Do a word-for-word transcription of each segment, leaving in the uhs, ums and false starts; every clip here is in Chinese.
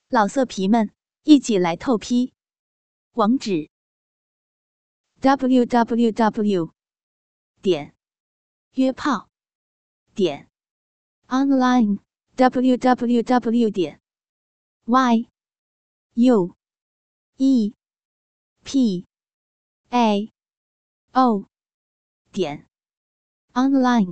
老色皮们，一起来透批！网址 ：double u double u double u 点约炮点 online double u double u double u 点 y u e p a o 点 online。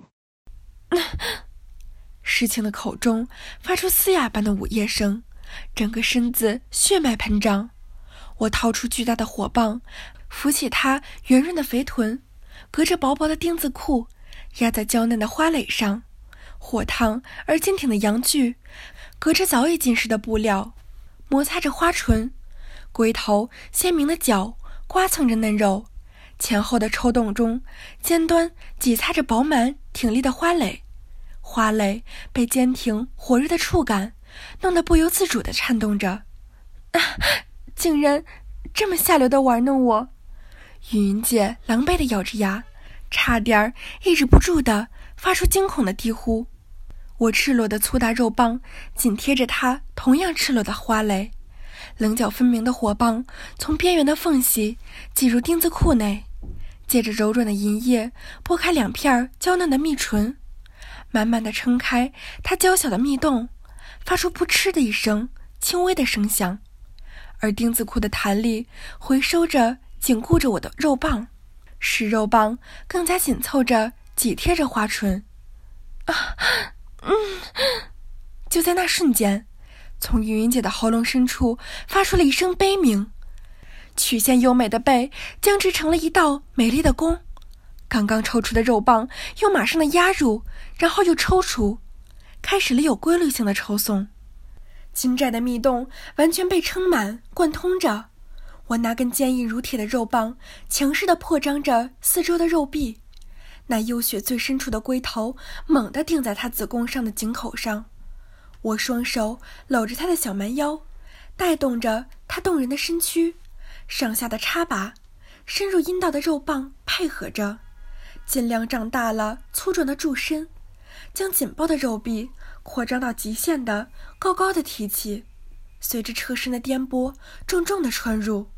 诗情的口中发出嘶哑般的午夜声，整个身子血脉喷张。我掏出巨大的火棒，扶起她圆润的肥臀，隔着薄薄的丁字裤压在娇嫩的花蕾上，火烫而坚挺的阳具隔着早已浸湿的布料摩擦着花唇，龟头鲜明的角刮蹭着嫩肉，前后的抽动中，尖端挤擦着饱满挺立的花蕾，花蕾被坚挺火热的触感弄得不由自主地颤动着。啊，竟然这么下流地玩弄我！云云姐狼狈地咬着牙，差点抑制不住地发出惊恐的低呼。我赤裸的粗大肉棒紧贴着她同样赤裸的花蕾，棱角分明的火棒从边缘的缝隙挤入丁字裤内，借着柔软的银液拨开两片娇嫩的蜜唇，满满的撑开她娇小的蜜洞，发出扑哧的一声轻微的声响，而丁字裤的弹力回收着紧固着我的肉棒，使肉棒更加紧凑着挤贴着花唇。啊，嗯，就在那瞬间，从云云姐的喉咙深处发出了一声悲鸣，曲线优美的背僵直成了一道美丽的弓，刚刚抽出的肉棒又马上的压入，然后又抽出，开始了有规律性的抽送。金寨的蜜洞完全被撑满贯通着，我那根坚硬如铁的肉棒强势地扩张着四周的肉壁，那幽血最深处的龟头猛地顶在她子宫上的井口上，我双手搂着她的小蛮腰，带动着她动人的身躯，上下的插拔，深入阴道的肉棒配合着，尽量长大了粗壮的柱身，将紧抱的肉壁扩张到极限的高高的提起，随着车身的颠簸重重的穿入。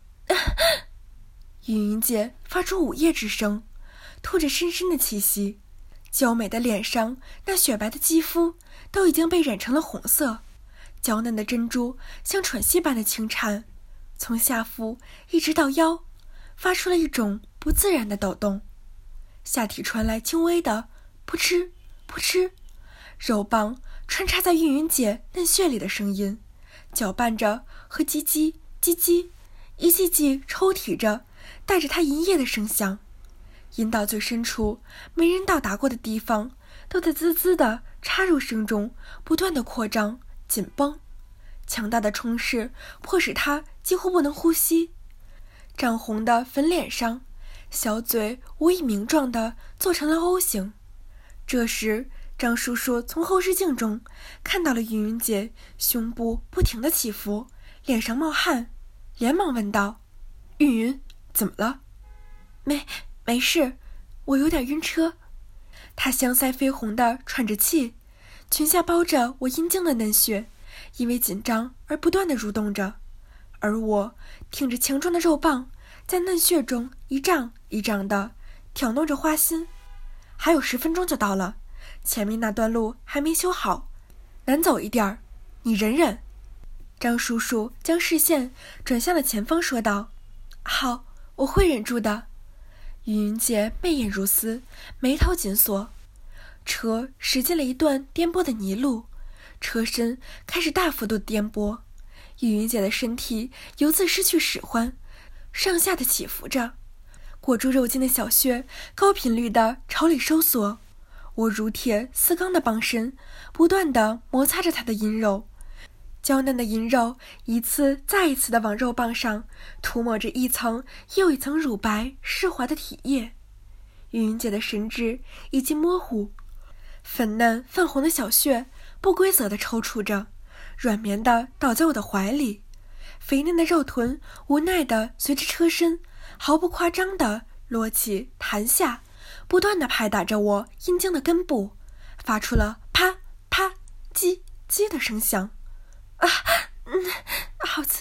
云云姐发出午夜之声，吐着深深的气息，娇美的脸上那雪白的肌肤都已经被染成了红色，娇嫩的珍珠像喘息般的轻颤，从下腹一直到腰，发出了一种不自然的抖动，下体传来轻微的扑哧扑哧，肉棒穿插在云云姐嫩穴里的声音，搅拌着和叽叽叽叽一记记抽提着，带着她银液的声响。阴道最深处没人到达过的地方都在滋滋的插入声中不断的扩张紧绷，强大的冲势迫使她几乎不能呼吸，涨红的粉脸上小嘴无以名状的做成了 O 型。这时张叔叔从后视镜中看到了云云姐胸部不停的起伏，脸上冒汗，连忙问道：云云，怎么了？没没事，我有点晕车。她香腮绯红的喘着气，裙下包着我阴茎的嫩穴因为紧张而不断的蠕动着，而我挺着强壮的肉棒在嫩穴中一胀一胀的挑弄着花心。还有十分钟就到了，前面那段路还没修好，难走一点儿，你忍忍。张叔叔将视线转向了前方说道：好，我会忍住的。云云姐媚眼如丝，眉头紧锁，车驶进了一段颠簸的泥路，车身开始大幅度颠簸，云云姐的身体由此失去使唤，上下的起伏着，裹住肉筋的小穴高频率的朝里收缩，我如铁似钢的棒身不断地摩擦着她的阴肉，娇嫩的阴肉一次再一次地往肉棒上涂抹着一层又一层乳白湿滑的体液。云云姐的神志已经模糊，粉嫩泛红的小穴不规则地抽搐着，软绵地倒在我的怀里，肥嫩的肉臀无奈地随着车身毫不夸张地摞起弹下，不断地拍打着我阴茎的根部，发出了啪啪叽叽的声响。啊，嗯，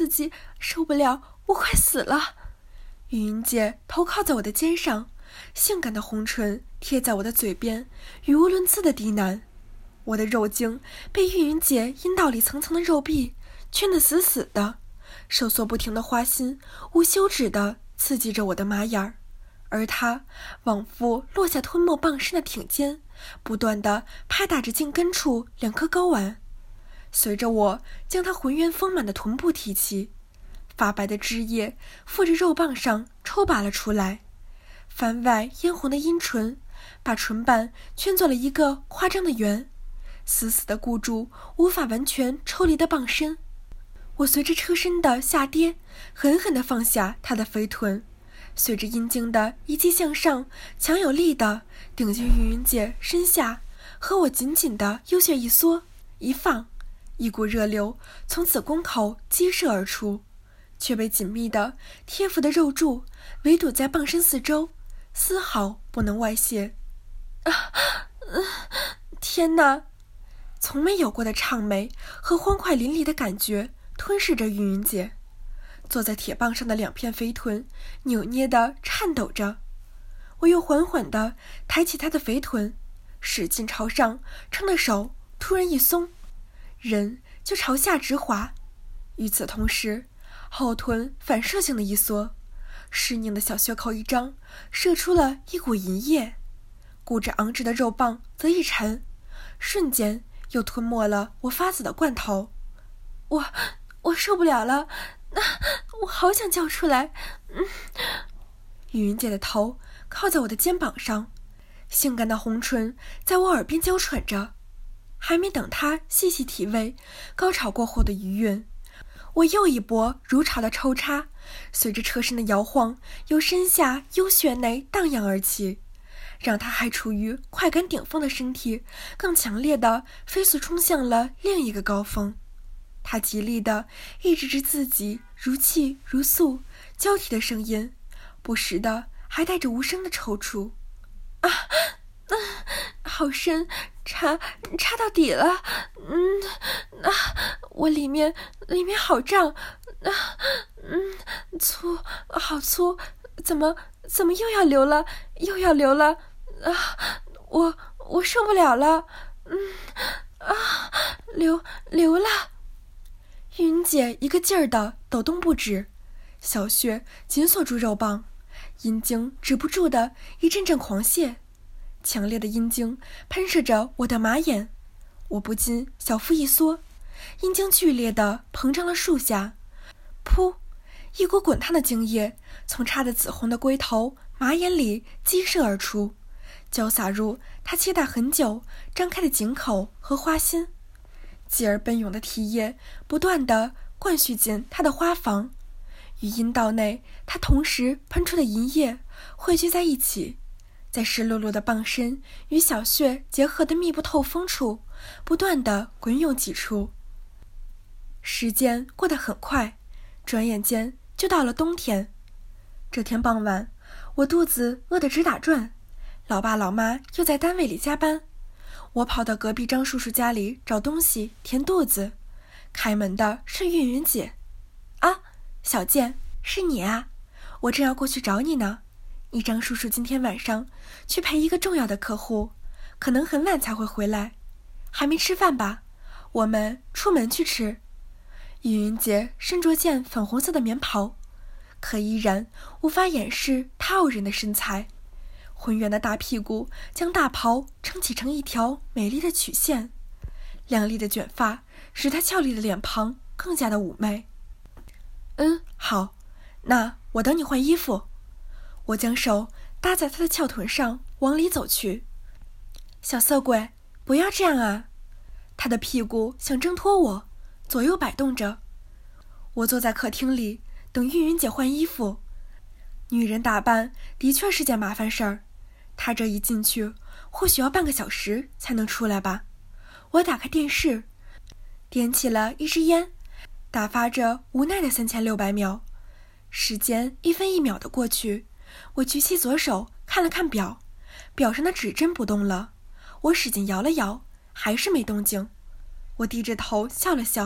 激，受不了，我快死了。云云姐头靠在我的肩上，性感的红唇贴在我的嘴边，语无伦次的低喃。我的肉茎被云云姐阴道里层层的肉壁圈得死死的，收缩不停的花心无休止的刺激着我的马眼儿，而她往复落下吞没傍身的挺肩，不断的拍打着茎根处两颗睾丸。随着我将她浑圆丰满的臀部提起，发白的汁液附着肉棒上抽拔了出来，番外嫣红的阴唇把唇瓣圈作了一个夸张的圆，死死地固住无法完全抽离的棒身。我随着车身的下跌，狠狠地放下她的肥臀，随着阴茎的一击向上，强有力地顶进云云姐身下，和我紧紧地幽穴一缩一放，一股热流从子宫口激射而出，却被紧密的贴附的肉柱围堵在棒身四周，丝毫不能外泄。啊，呃、天哪！从没有过的畅美和欢快淋漓的感觉吞噬着云云姐，坐在铁棒上的两片肥臀扭捏地颤抖着。我又缓缓地抬起她的肥臀，使劲朝上撑的手突然一松，人就朝下直滑。与此同时，后臀反射性的一缩，湿凝的小穴口一张，射出了一股银液。骨质昂直的肉棒则一沉，瞬间又吞没了我发紫的罐头。我我受不了了，那、啊、我好想叫出来。嗯，云云姐的头靠在我的肩膀上，性感的红唇在我耳边娇喘着。还没等她细细体味高潮过后的余韵，我又一波如潮的抽插随着车身的摇晃由身下幽穴内荡漾而起，让她还处于快感顶峰的身体更强烈的飞速冲向了另一个高峰。她极力的抑制着自己如泣如诉交替的声音，不时的还带着无声的抽搐。啊啊，好深，插插到底了。嗯啊，我里面里面好胀。啊嗯，粗，好粗，怎么怎么又要流了，又要流了。啊，我我受不了了。嗯啊，流流了。云姐一个劲儿的抖动不止，小穴紧锁住肉棒，阴茎止不住的一阵阵狂泻，强烈的阴茎喷射着我的马眼，我不禁小腹一缩，阴茎剧烈的膨胀了数下，噗，一股滚烫的精液从插得紫红的龟头马眼里激射而出，浇洒入他期待很久张开的井口和花心，继而奔涌的体液不断地灌蓄进他的花房，与阴道内他同时喷出的银液汇聚在一起，在湿漉漉的棒身与小穴结合的密不透风处不断地滚涌挤出。时间过得很快，转眼间就到了冬天。这天傍晚，我肚子饿得直打转，老爸老妈又在单位里加班，我跑到隔壁张叔叔家里找东西填肚子。开门的是韵云姐。啊，小健，是你啊，我正要过去找你呢。你张叔叔今天晚上去陪一个重要的客户，可能很晚才会回来。还没吃饭吧？我们出门去吃。韵云姐身着件粉红色的棉袍，可依然无法掩饰她傲人的身材，浑圆的大屁股将大袍撑起成一条美丽的曲线，亮丽的卷发使她俏丽的脸庞更加的妩媚。嗯，好，那我等你换衣服。我将手搭在她的翘臀上往里走去。小色鬼，不要这样啊！她的屁股想挣脱我，左右摆动着。我坐在客厅里等韵云姐换衣服。女人打扮的确是件麻烦事儿，她这一进去或许要半个小时才能出来吧。我打开电视，点起了一支烟，打发着无奈的三千六百秒。时间一分一秒的过去，我举起左手看了看表，表上的指针不动了。我使劲摇了摇，还是没动静。我低着头笑了笑，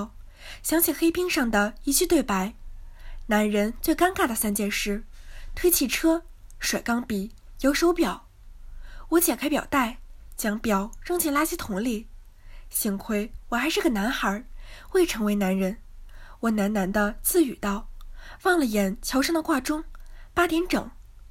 想起黑冰上的一句对白：男人最尴尬的三件事，推汽车、甩钢笔、摇手表。我解开表带，将表扔进垃圾桶里。幸亏我还是个男孩，未成为男人。我喃喃地自语道，望了眼桥上的挂钟，八点整。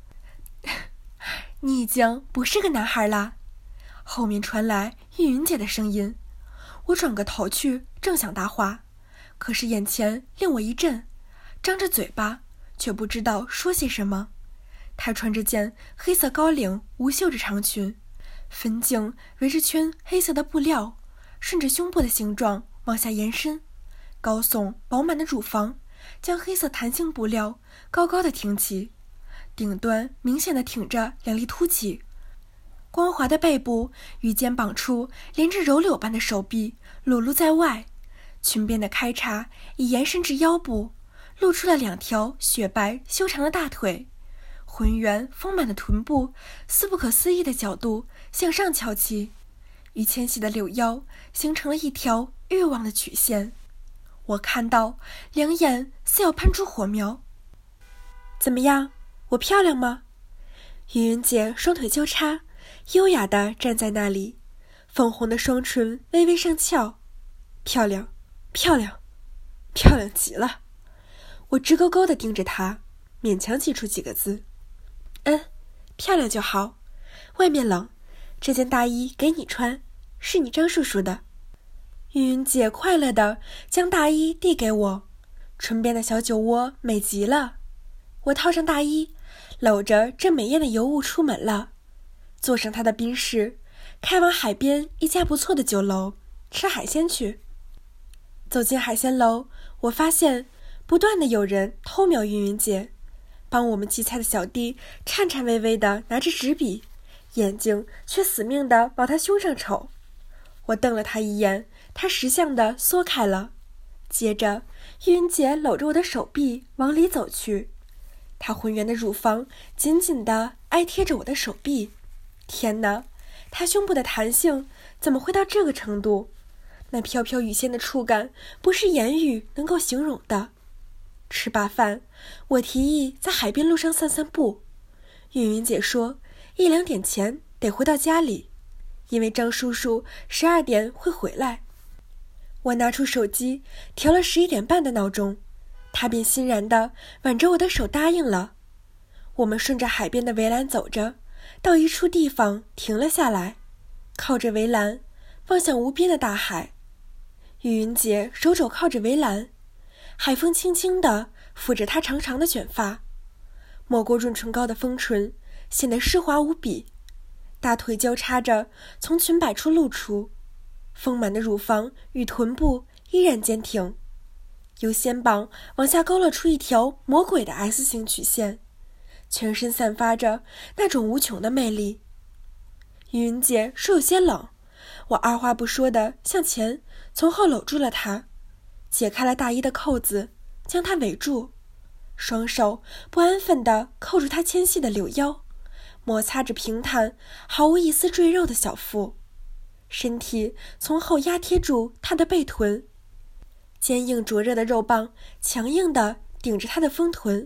你已经不是个男孩啦。后面传来玉云姐的声音。我转个头去，正想答话，可是眼前令我一震，张着嘴巴却不知道说些什么。她穿着件黑色高领无袖的长裙，粉颈围着圈黑色的布料，顺着胸部的形状往下延伸，高耸饱满的乳房将黑色弹性布料高高的挺起，顶端明显的挺着两粒凸起，光滑的背部与肩膀处连着柔柳般的手臂裸露在外，裙边的开叉已延伸至腰部，露出了两条雪白修长的大腿，浑圆丰满的臀部似不可思议的角度向上翘起，与纤细的柳腰形成了一条欲望的曲线。我看到，两眼似要喷出火苗。怎么样，我漂亮吗？云云姐双腿交叉，优雅地站在那里，粉红的双唇微微上翘。漂亮，漂亮，漂亮极了。我直勾勾地盯着她，勉强挤出几个字：嗯，漂亮就好。外面冷，这件大衣给你穿，是你张叔叔的。云云姐快乐地将大衣递给我，唇边的小酒窝美极了。我套上大衣，搂着这美艳的尤物出门了，坐上她的宾士，开往海边一家不错的酒楼吃海鲜去。走进海鲜楼，我发现不断的有人偷瞄云云姐，帮我们寄菜的小弟颤颤巍巍地拿着纸笔，眼睛却死命地往她胸上瞅。我瞪了他一眼，他识相地缩开了。接着，玉云姐搂着我的手臂往里走去，她浑圆的乳房紧紧地挨贴着我的手臂。天哪，她胸部的弹性怎么会到这个程度？那飘飘欲仙的触感不是言语能够形容的。吃罢饭，我提议在海边路上散散步。玉云姐说，一两点前得回到家里，因为张叔叔十二点会回来。我拿出手机调了十一点半的闹钟，他便欣然地挽着我的手答应了。我们顺着海边的围栏走着，到一处地方停了下来，靠着围栏望向无边的大海。玉云姐手肘靠着围栏，海风轻轻地抚着她长长的卷发，抹过润唇膏的丰唇显得湿滑无比，大腿交叉着从裙摆处露出，丰满的乳房与臀部依然坚挺，由肩膀往下勾勒出一条魔鬼的 S 型曲线，全身散发着那种无穷的魅力。云云姐说有些冷，我二话不说地向前从后搂住了她，解开了大衣的扣子，将她围住，双手不安分地扣住她纤细的柳腰，摩擦着平坦毫无一丝赘肉的小腹，身体从后压贴住她的背臀，坚硬灼热的肉棒强硬地顶着她的丰臀。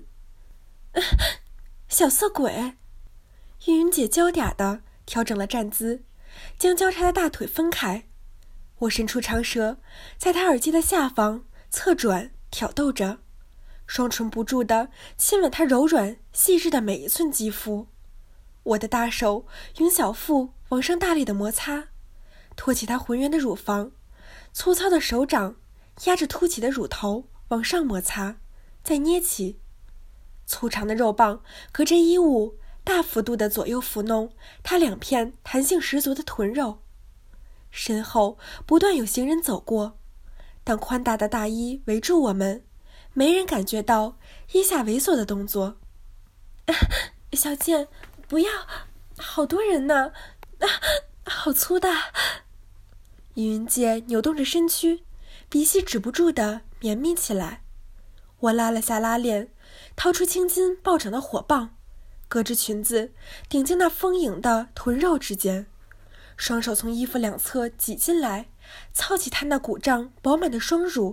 小色鬼！玉云姐娇嗲地调整了站姿，将交叉的大腿分开。我伸出长舌，在她耳机的下方侧转挑逗着，双唇不住地亲吻她柔软细致的每一寸肌肤。我的大手用小腹往上大力的摩擦，托起她浑圆的乳房，粗糙的手掌压着凸起的乳头往上摩擦，再捏起。粗长的肉棒隔着衣物大幅度地左右抚弄她两片弹性十足的臀肉。身后不断有行人走过，当宽大的大衣围住我们，没人感觉到腋下猥琐的动作。小贱，不要，好多人呢，啊，好粗大。云姐扭动着身躯，鼻息止不住地绵密起来。我拉了下拉链，掏出青筋暴涨的火棒，隔着裙子顶进那丰盈的臀肉之间，双手从衣服两侧挤进来，操起她那鼓胀饱满的双乳，一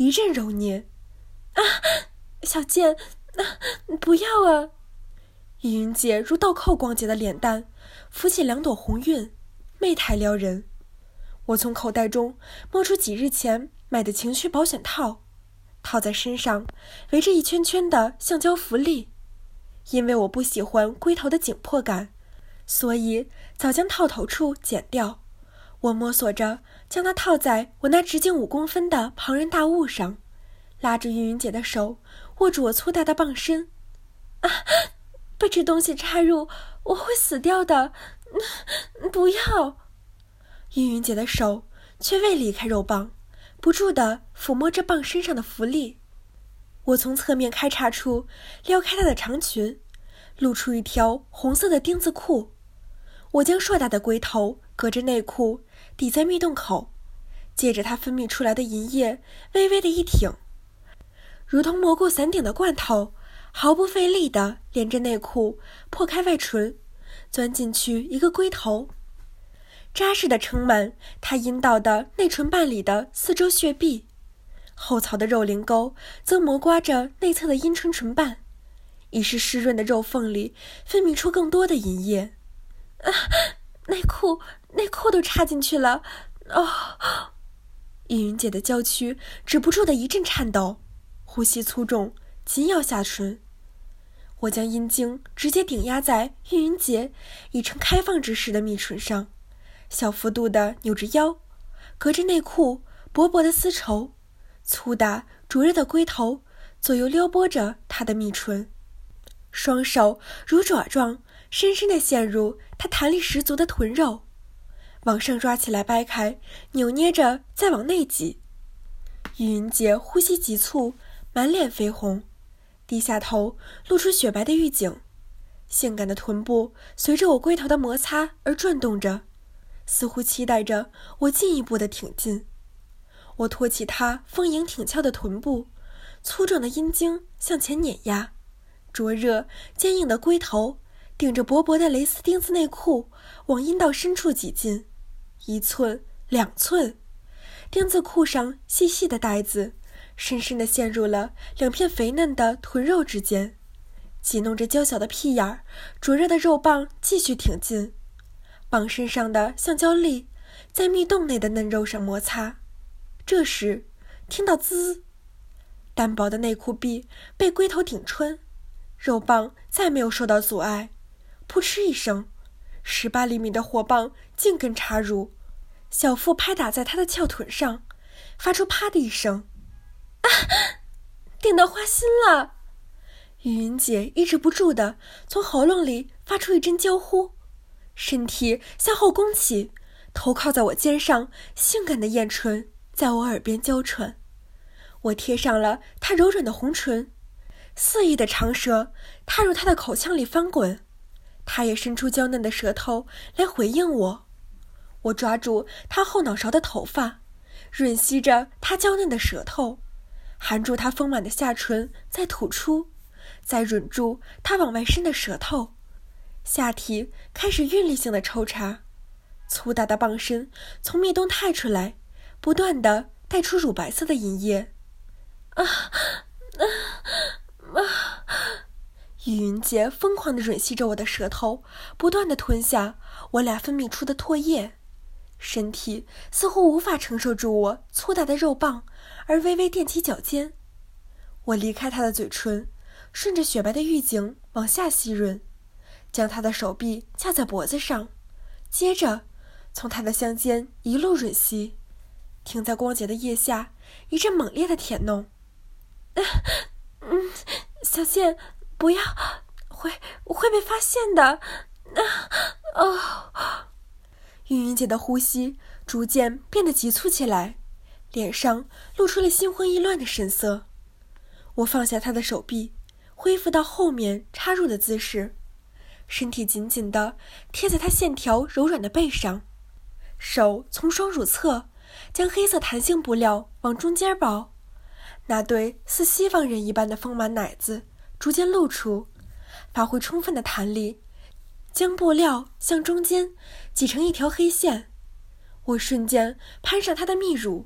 一阵揉捏。啊，小健，啊，不要啊！玉云姐如倒扣光洁的脸蛋，浮起两朵红晕，媚态撩人。我从口袋中摸出几日前买的情趣保险套，套在身上，围着一圈圈的橡胶浮力。因为我不喜欢龟头的紧迫感，所以早将套头处剪掉。我摸索着将它套在我那直径五公分的庞然大物上，拉着云云姐的手，握住我粗大的棒身。啊，被这东西插入，我会死掉的！不要！云云姐的手却未离开肉棒，不住地抚摸着棒身上的浮力。我从侧面开叉处撩开她的长裙，露出一条红色的丁字裤。我将硕大的龟头隔着内裤抵在蜜洞口，借着它分泌出来的银液微微的一挺，如同蘑菇伞顶的罐头，毫不费力地连着内裤破开外唇，钻进去一个龟头，扎实地撑满它阴道的内唇瓣里的四周穴壁，后槽的肉鳞沟则磨刮着内侧的阴唇唇瓣，已是湿润的肉缝里分泌出更多的银液。啊，内裤内裤都插进去了！哦，玉云姐的娇躯止不住的一阵颤抖，呼吸粗重，紧咬下唇。我将阴茎直接顶压在玉云姐已呈开放之势的蜜唇上，小幅度的扭着腰，隔着内裤薄薄的丝绸，粗大灼热的龟头左右撩拨着她的蜜唇，双手如爪状深深地陷入她弹力十足的臀肉，往上抓起来掰开，扭捏着再往内挤。玉云姐呼吸急促，满脸绯红，低下头露出雪白的玉颈，性感的臀部随着我龟头的摩擦而转动着，似乎期待着我进一步的挺进。我托起她丰盈挺翘的臀部，粗壮的阴茎向前碾压，灼热坚硬的龟头顶着薄薄的蕾丝丁字内裤往阴道深处挤进，一寸两寸，丁字裤上细细的带子深深地陷入了两片肥嫩的臀肉之间，挤弄着娇小的屁眼儿，灼热的肉棒继续挺进，棒身上的橡胶粒在蜜洞内的嫩肉上摩擦。这时听到滋，单薄的内裤壁被龟头顶穿，肉棒再没有受到阻碍，扑哧一声，十八厘米的火棒径根插入，小腹拍打在他的翘臀上，发出啪的一声。啊，顶到花心了！玉云姐抑制不住的从喉咙里发出一阵娇呼，身体向后弓起，头靠在我肩上，性感的艳唇在我耳边娇喘。我贴上了她柔软的红唇，肆意的长舌踏入她的口腔里翻滚，她也伸出娇嫩的舌头来回应我。我抓住她后脑勺的头发，吮吸着她娇嫩的舌头，含住她丰满的下唇再吐出，再吮住她往外伸的舌头，下体开始韵律性的抽插，粗大的棒身从蜜洞探出来，不断地带出乳白色的银液。啊啊啊！玉云姐疯狂地吮吸着我的舌头，不断地吞下我俩分泌出的唾液，身体似乎无法承受住我粗大的肉棒，而微微踮起脚尖。我离开她的嘴唇，顺着雪白的玉颈往下吸吮，将她的手臂架在脖子上，接着从她的香肩一路吮吸，停在光洁的腋下，一阵猛烈的舔弄。啊，嗯，小健，不要，会会被发现的。啊，哦！玉云姐的呼吸逐渐变得急促起来，脸上露出了心慌意乱的神色。我放下她的手臂，恢复到后面插入的姿势，身体紧紧地贴在她线条柔软的背上，手从双乳侧将黑色弹性布料往中间包，那对似西方人一般的丰满奶子逐渐露出，发挥充分的弹力，将布料向中间挤成一条黑线。我瞬间攀上她的蜜乳，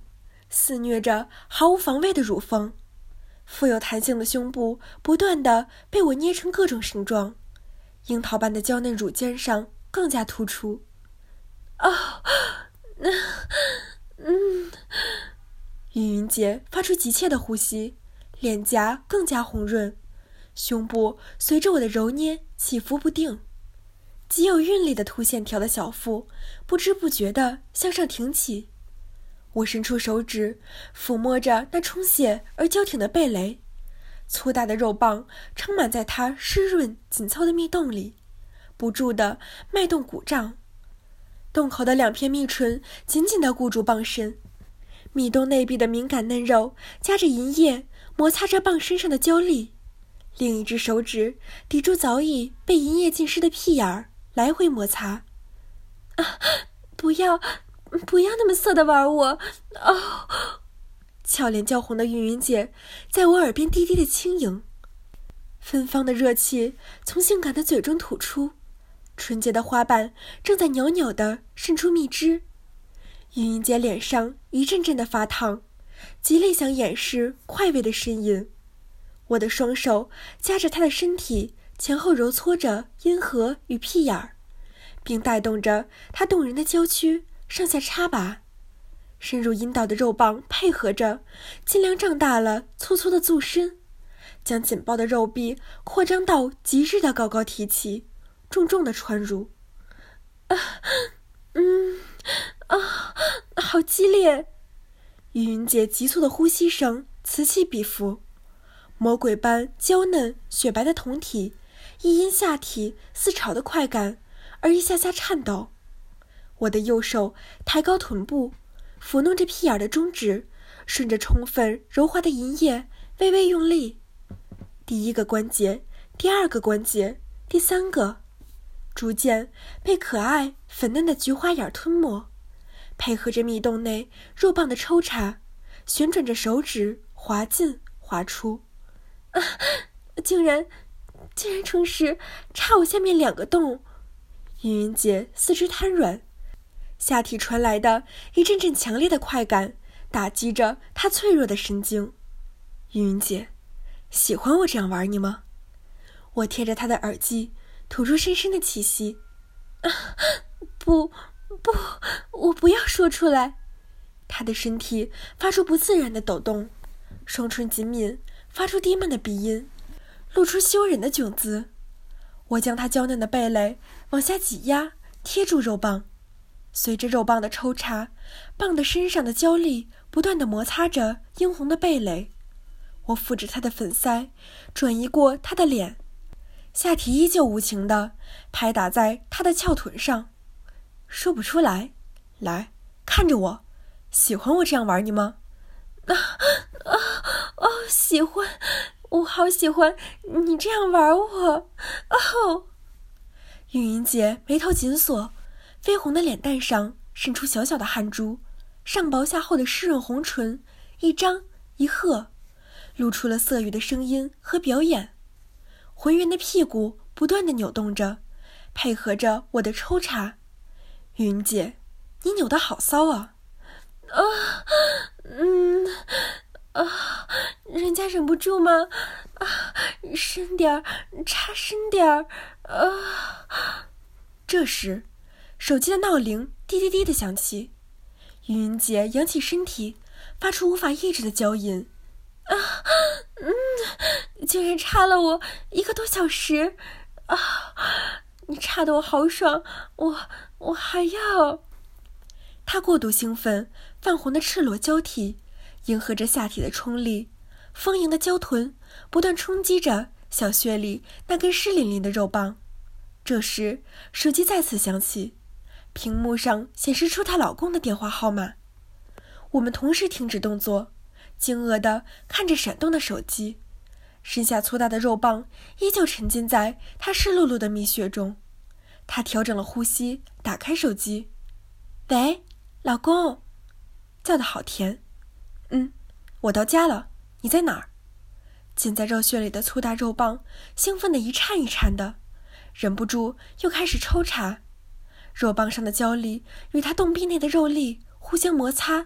肆虐着毫无防备的乳峰，富有弹性的胸部不断地被我捏成各种形状，樱桃般的娇嫩乳尖上更加突出。哦，嗯嗯，云云姐发出急切的呼吸，脸颊更加红润，胸部随着我的揉捏起伏不定，极有韵律的凸线条的小腹不知不觉地向上挺起。我伸出手指抚摸着那充血而娇挺的蓓蕾，粗大的肉棒撑满在它湿润紧凑的蜜洞里，不住地脉动鼓胀。洞口的两片蜜唇紧紧地固住棒身，蜜洞内壁的敏感嫩肉夹着银液摩擦着棒身上的娇粒，另一只手指抵住早已被银液浸湿的屁眼儿，来回摩擦。啊，不要不要那么色地玩我哦！俏脸娇红的云云姐在我耳边低低的轻盈，芬芳的热气从性感的嘴中吐出，纯洁的花瓣正在袅袅地渗出蜜汁。云云姐脸上一阵阵的发烫，极力想掩饰快慰的呻吟。我的双手夹着她的身体前后揉搓着阴核与屁眼儿，并带动着她动人的娇躯上下插拔，深入阴道的肉棒配合着，尽量胀大了粗粗的纵深，将紧抱的肉壁扩张到极致的高高提起，重重的穿入。啊，嗯，啊，好激烈！云云姐急促的呼吸声此起彼伏，魔鬼般娇嫩雪白的胴体一因下体似潮的快感而一下下颤抖。我的右手抬高臀部，抚弄着屁眼的中指，顺着充分柔滑的银液微微用力。第一个关节，第二个关节，第三个，逐渐被可爱粉嫩的菊花眼吞没，配合着蜜洞内肉棒的抽插，旋转着手指滑进滑出。啊，竟然竟然同时插我下面两个洞！云云姐四肢瘫软，下体传来的一阵阵强烈的快感打击着她脆弱的神经。云云姐，喜欢我这样玩你吗？我贴着她的耳际吐出深深的气息。啊，不不，我不要说出来。她的身体发出不自然的抖动，双唇紧抿，发出低闷的鼻音，露出羞忍的窘姿。我将她娇嫩的蓓蕾往下挤压，贴住肉棒，随着肉棒的抽插，棒的身上的娇粒不断地摩擦着殷红的蓓蕾。我扶着她的粉腮，转移过她的脸，下体依旧无情地拍打在她的翘臀上。说不出来，来，看着我，喜欢我这样玩你吗？啊啊哦，喜欢，我好喜欢你这样玩我哦！云云姐眉头紧锁，绯红的脸蛋上渗出小小的汗珠，上薄下厚的湿润红唇一张一合，露出了色欲的声音和表演。浑圆的屁股不断地扭动着，配合着我的抽插。云姐，你扭得好骚啊！啊，嗯，啊，人家忍不住吗？啊，深点儿，插深点儿，啊！这时，手机的闹铃滴滴滴地响起，云云姐扬起身体，发出无法抑制的娇吟。啊，嗯，竟然插了我一个多小时！啊，你插得我好爽，我我还要。她过度兴奋，泛红的赤裸交替，迎合着下体的冲力，丰盈的娇臀不断冲击着小穴里那根湿淋淋的肉棒。这时，手机再次响起，屏幕上显示出她老公的电话号码。我们同时停止动作，惊愕地看着闪动的手机，身下粗大的肉棒依旧沉浸在她湿漉漉的蜜穴中。她调整了呼吸，打开手机。喂，老公，叫得好甜。嗯，我到家了，你在哪儿？浸在肉穴里的粗大肉棒兴奋得一颤一颤的，忍不住又开始抽插。肉棒上的胶粒与她洞壁内的肉粒互相摩擦，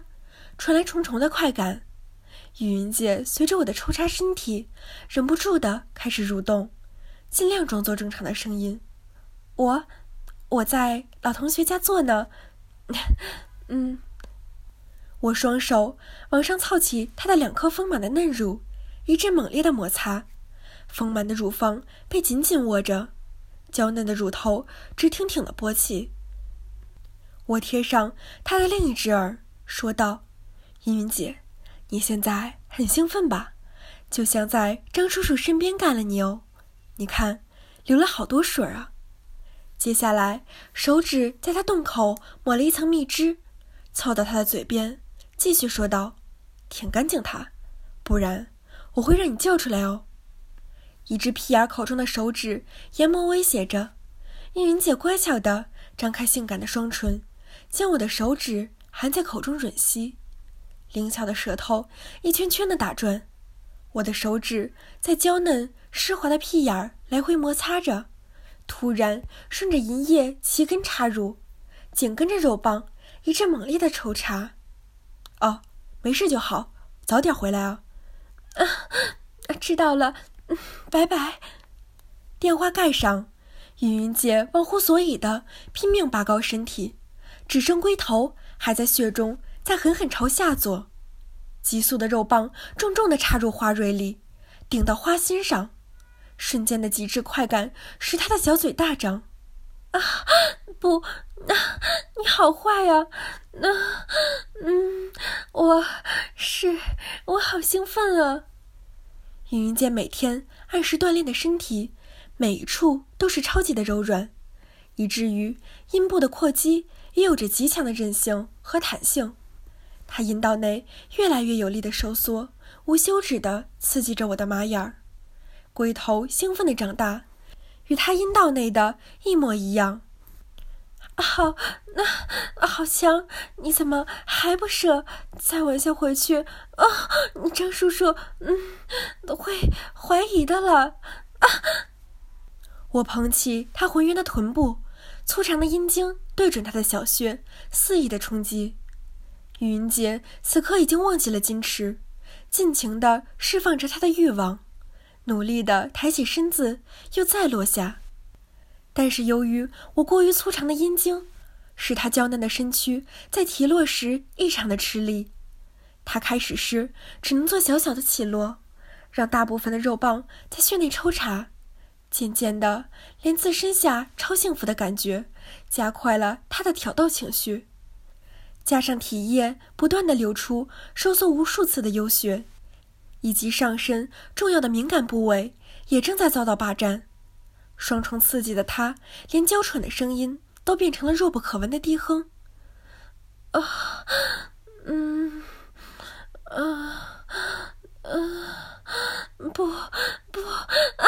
传来重重的快感。雨云姐随着我的抽插身体，忍不住的开始蠕动，尽量装作正常的声音。我，我在老同学家做呢。嗯。我双手往上操起她的两颗丰满的嫩乳，一阵猛烈的摩擦，丰满的乳房被紧紧握着，娇嫩的乳头直挺挺的勃起。我贴上她的另一只耳，说道：“依云姐，你现在很兴奋吧？就像在张叔叔身边干了你哦。你看，流了好多水啊。”接下来，手指在他洞口抹了一层蜜汁，凑到他的嘴边，继续说道：“舔干净它，不然我会让你叫出来哦。”一只屁眼口中的手指研磨威胁着，依云姐乖巧地张开性感的双唇，将我的手指含在口中吮吸，灵巧的舌头一圈圈地打转，我的手指在娇嫩湿滑的屁眼来回摩擦着，突然顺着银叶齐根插入，紧跟着肉棒一阵猛烈的抽插。哦，没事就好，早点回来啊。啊，知道了，嗯，拜拜。电话盖上，雨云姐忘乎所以的拼命拔高身体，只剩龟头还在血中再狠狠朝下坐，急速的肉棒重重地插入花蕊里，顶到花心上。瞬间的极致快感使他的小嘴大张。啊，不，啊，你好坏啊！啊，嗯，我是我好兴奋啊！云云见每天按时锻炼的身体，每一处都是超级的柔软，以至于阴部的阔肌也有着极强的韧性和弹性。他阴道内越来越有力的收缩，无休止地刺激着我的马眼儿。龟头兴奋地长大，与他阴道内的一模一样。好，那好强！你怎么还不射？再晚些回去，啊，你张叔叔，嗯，都会怀疑的了。啊！我捧起他浑圆的臀部，粗长的阴茎对准他的小穴，肆意的冲击。雨云姐此刻已经忘记了矜持，尽情地释放着她的欲望。努力地抬起身子，又再落下。但是由于我过于粗长的阴茎，使他娇嫩的身躯在提落时异常的吃力。他开始时只能做小小的起落，让大部分的肉棒在穴内抽插。渐渐的，连自身下超幸福的感觉加快了他的挑逗情绪，加上体液不断的流出收缩无数次的幽穴，以及上身重要的敏感部位也正在遭到霸占，双重刺激的他连娇喘的声音都变成了弱不可闻的低哼。啊，嗯，啊，啊，不不，啊，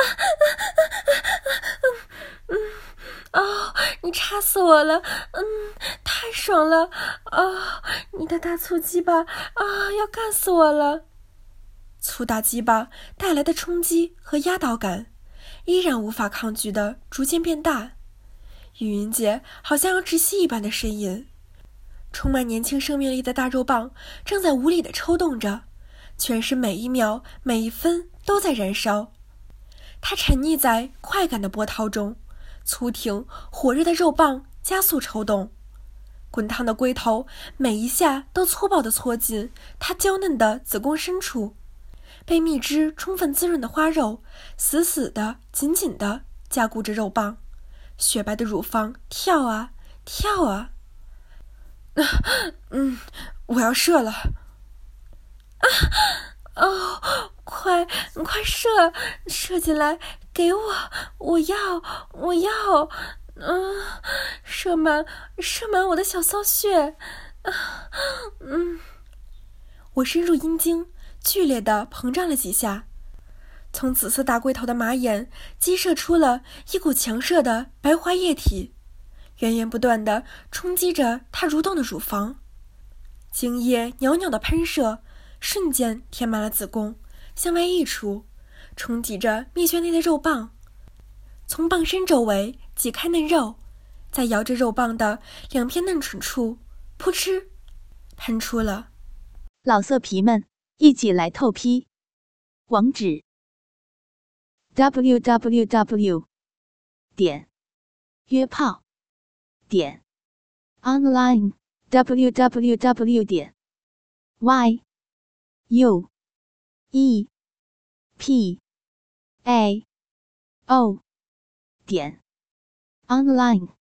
嗯，哦，你插死我了，嗯，太爽了，啊，你的大粗鸡巴啊，要干死我了。粗大鸡巴带来的冲击和压倒感，依然无法抗拒的逐渐变大。雨云姐好像要窒息一般的呻吟，充满年轻生命力的大肉棒正在无力的抽动着，全身每一秒每一分都在燃烧。她沉溺在快感的波涛中，粗挺火热的肉棒加速抽动，滚烫的龟头每一下都粗暴地搓进她娇嫩的子宫深处，被蜜汁充分滋润的花肉死死的紧紧的夹固着肉棒，雪白的乳房跳啊跳啊。啊，嗯，我要射了。啊，哦，快快射射进来，给我，我要我要，嗯、呃，射满射满我的小骚穴。啊，嗯，我深入阴茎，剧烈地膨胀了几下，从紫色大龟头的马眼激射出了一股强射的白滑液体，源源不断地冲击着它蠕动的乳房，精液袅袅的喷射，瞬间填满了子宫，向外溢出，冲击着蜜穴内的肉棒，从棒身周围挤开嫩肉，在摇着肉棒的两片嫩唇处，扑哧喷出了老色皮们，一起来透批！网址 ：double u double u double u 点约炮点 online w w w 点 y u e p a o 点 online。